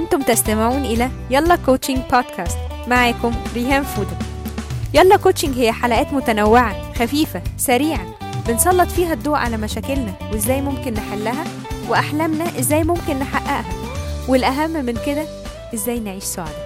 أنتم تستمعون إلى يلا كوتشنج بودكاست. معكم ريهام فودة. يلا كوتشنج هي حلقات متنوعة خفيفة سريعة بنسلط فيها الضوء على مشاكلنا وإزاي ممكن نحلها، وأحلامنا إزاي ممكن نحققها، والأهم من كده إزاي نعيش سعادة.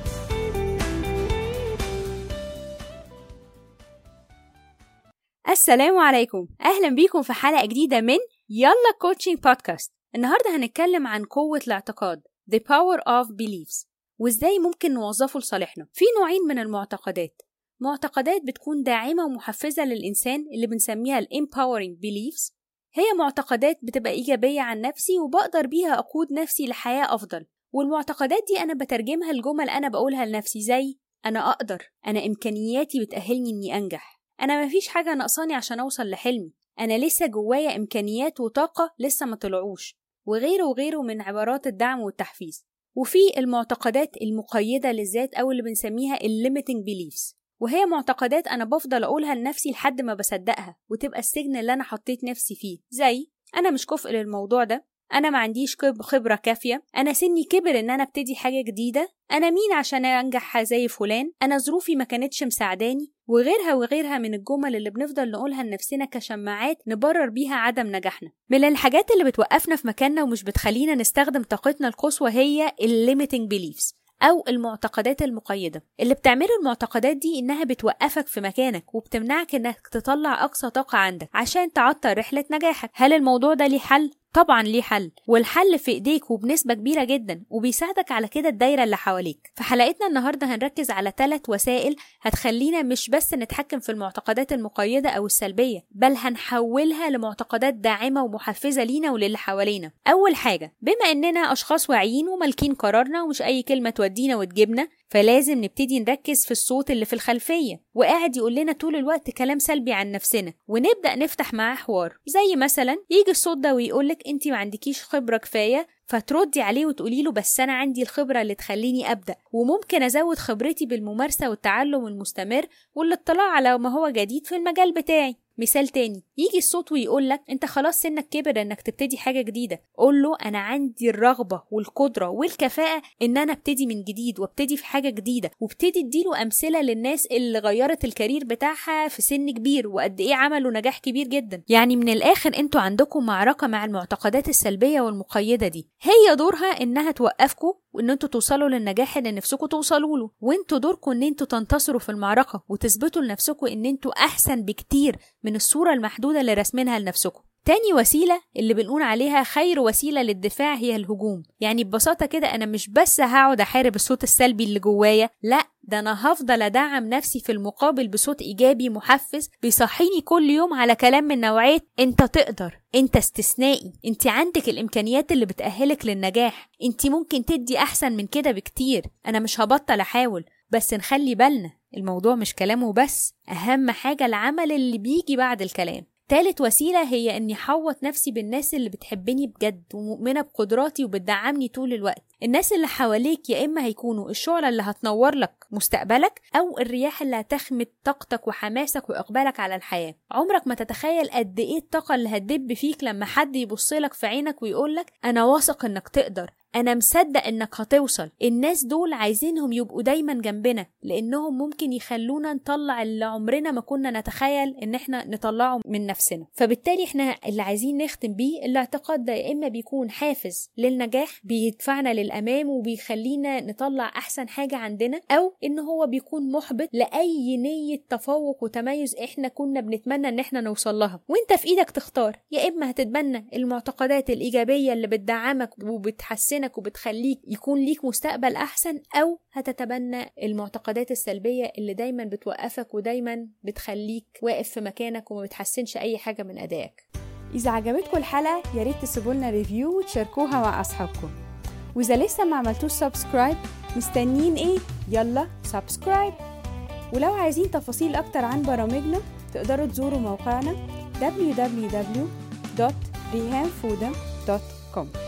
السلام عليكم، أهلا بيكم في حلقة جديدة من يلا كوتشنج بودكاست. النهاردة هنتكلم عن قوة الاعتقاد The Power of Beliefs وإزاي ممكن نوظفه لصالحنا. في نوعين من المعتقدات، معتقدات بتكون داعمة ومحفزة للإنسان اللي بنسميها Empowering Beliefs. هي معتقدات بتبقى إيجابية عن نفسي وبقدر بيها أقود نفسي لحياة أفضل، والمعتقدات دي أنا بترجمها لجمل أنا بقولها لنفسي زي أنا أقدر، أنا إمكانياتي بتأهلني إني أنجح، أنا مفيش حاجة ناقصاني عشان أوصل لحلمي، أنا لسه جوايا إمكانيات وطاقة لسه ما طلعوش، وغيره من عبارات الدعم والتحفيز. وفي المعتقدات المقيدة للذات أو اللي بنسميها Limiting Beliefs، وهي معتقدات أنا بفضل أقولها لنفسي لحد ما بصدقها وتبقى السجن اللي أنا حطيت نفسي فيه، زي أنا مش كفء للموضوع ده، أنا ما عنديش خبرة كافية، أنا سني كبر إن أنا ابتدي حاجة جديدة، أنا مين عشان أنجح زي فلان، أنا ظروفي ما كانتش مساعداني، وغيرها من الجمل اللي بنفضل نقولها لنفسنا كشماعات نبرر بيها عدم نجاحنا. من الحاجات اللي بتوقفنا في مكاننا ومش بتخلينا نستخدم طاقتنا القصوى هي Limiting Beliefs أو المعتقدات المقيدة. اللي بتعمله المعتقدات دي إنها بتوقفك في مكانك وبتمنعك إنك تطلع أقصى طاقة عندك عشان تعطل رحلة نجاحك. هل الموضوع ده ليه حل؟ طبعا ليه حل، والحل في ايديك وبنسبة كبيرة جدا، وبيساعدك على كده الدايرة اللي حواليك. في حلقتنا النهاردة هنركز على 3 وسائل هتخلينا مش بس نتحكم في المعتقدات المقيدة أو السلبية، بل هنحولها لمعتقدات داعمة ومحفزة لينا وللي حوالينا. أول حاجة، بما إننا أشخاص واعيين ومالكين قرارنا ومش أي كلمة تودينا وتجيبنا، فلازم نبتدي نركز في الصوت اللي في الخلفية وقاعد يقول لنا طول الوقت كلام سلبي عن نفسنا، ونبدأ نفتح معاه حوار. زي مثلا يجي الصوت ده ويقولك انتي ما عندكيش خبرة كفاية، فتردي عليه وتقولي له بس أنا عندي الخبرة اللي تخليني أبدأ، وممكن أزود خبرتي بالممارسة والتعلم المستمر والاطلاع على ما هو جديد في المجال بتاعي. مثال تاني، يجي الصوت ويقولك انت خلاص سنك كبر انك تبتدي حاجة جديدة، قول له انا عندي الرغبة والقدرة والكفاءة ان انا ابتدي من جديد وابتدي في حاجة جديدة، وابتدي اديله امثلة للناس اللي غيرت الكارير بتاعها في سن كبير وقد ايه عملوا نجاح كبير جدا. يعني من الاخر انتوا عندكم معركة مع المعتقدات السلبية والمقيدة دي، هي دورها انها توقفكم وان انتوا توصلوا للنجاح اللي نفسكم توصلوا له، وانتوا دوركم ان انتوا تنتصروا في المعركة وتثبتوا لنفسكم ان انتوا احسن بكتير من الصورة المحدودة اللي رسمينها لنفسكم. تاني وسيلة اللي بنقول عليها خير وسيلة للدفاع هي الهجوم. يعني ببساطة كده أنا مش بس هقعد أحارب الصوت السلبي اللي جوايا، لا، ده أنا هفضل أدعم نفسي في المقابل بصوت إيجابي محفز بيصحيني كل يوم على كلام من نوعية أنت تقدر، أنت استثنائي، أنت عندك الإمكانيات اللي بتأهلك للنجاح، أنت ممكن تدي أحسن من كده بكتير، أنا مش هبطل أحاول. بس نخلي بالنا الموضوع مش كلامه بس، أهم حاجة العمل اللي بيجي بعد الكلام. تالت وسيلة هي اني حوط نفسي بالناس اللي بتحبني بجد ومؤمنة بقدراتي وبتدعمني طول الوقت. الناس اللي حواليك يا اما هيكونوا الشعلة اللي هتنور لك مستقبلك او الرياح اللي هتخمد طاقتك وحماسك واقبالك على الحياة. عمرك ما تتخيل قد ايه الطاقة اللي هتدب فيك لما حد يبصلك في عينك ويقولك انا واثق انك تقدر، أنا مصدق إنك هتوصل. الناس دول عايزينهم يبقوا دايما جنبنا لأنهم ممكن يخلونا نطلع اللي عمرنا ما كنا نتخيل إن احنا نطلعه من نفسنا. فبالتالي احنا اللي عايزين نختم بيه الاعتقاد ده، يا إما بيكون حافز للنجاح بيدفعنا للأمام وبيخلينا نطلع أحسن حاجة عندنا، أو إن هو بيكون محبط لأي نية تفوق وتميز احنا كنا بنتمنى إن احنا نوصل لها. وانت في إيدك تختار، يا إما هتتبنى المعتقدات الإيجابية اللي بتدعمك وبتحسنك وبتخليك يكون ليك مستقبل أحسن، أو هتتبنى المعتقدات السلبية اللي دايما بتوقفك ودايما بتخليك واقف في مكانك وما بتحسنش أي حاجة من أدائك. إذا عجبتكم الحلقة ياريت تسيبولنا ريفيو وتشاركوها مع أصحابكم، وإذا لسه ما عملتوش سبسكرايب مستنين إيه؟ يلا سبسكرايب. ولو عايزين تفاصيل أكتر عن برامجنا تقدروا تزوروا موقعنا www.rihanfoodam.com.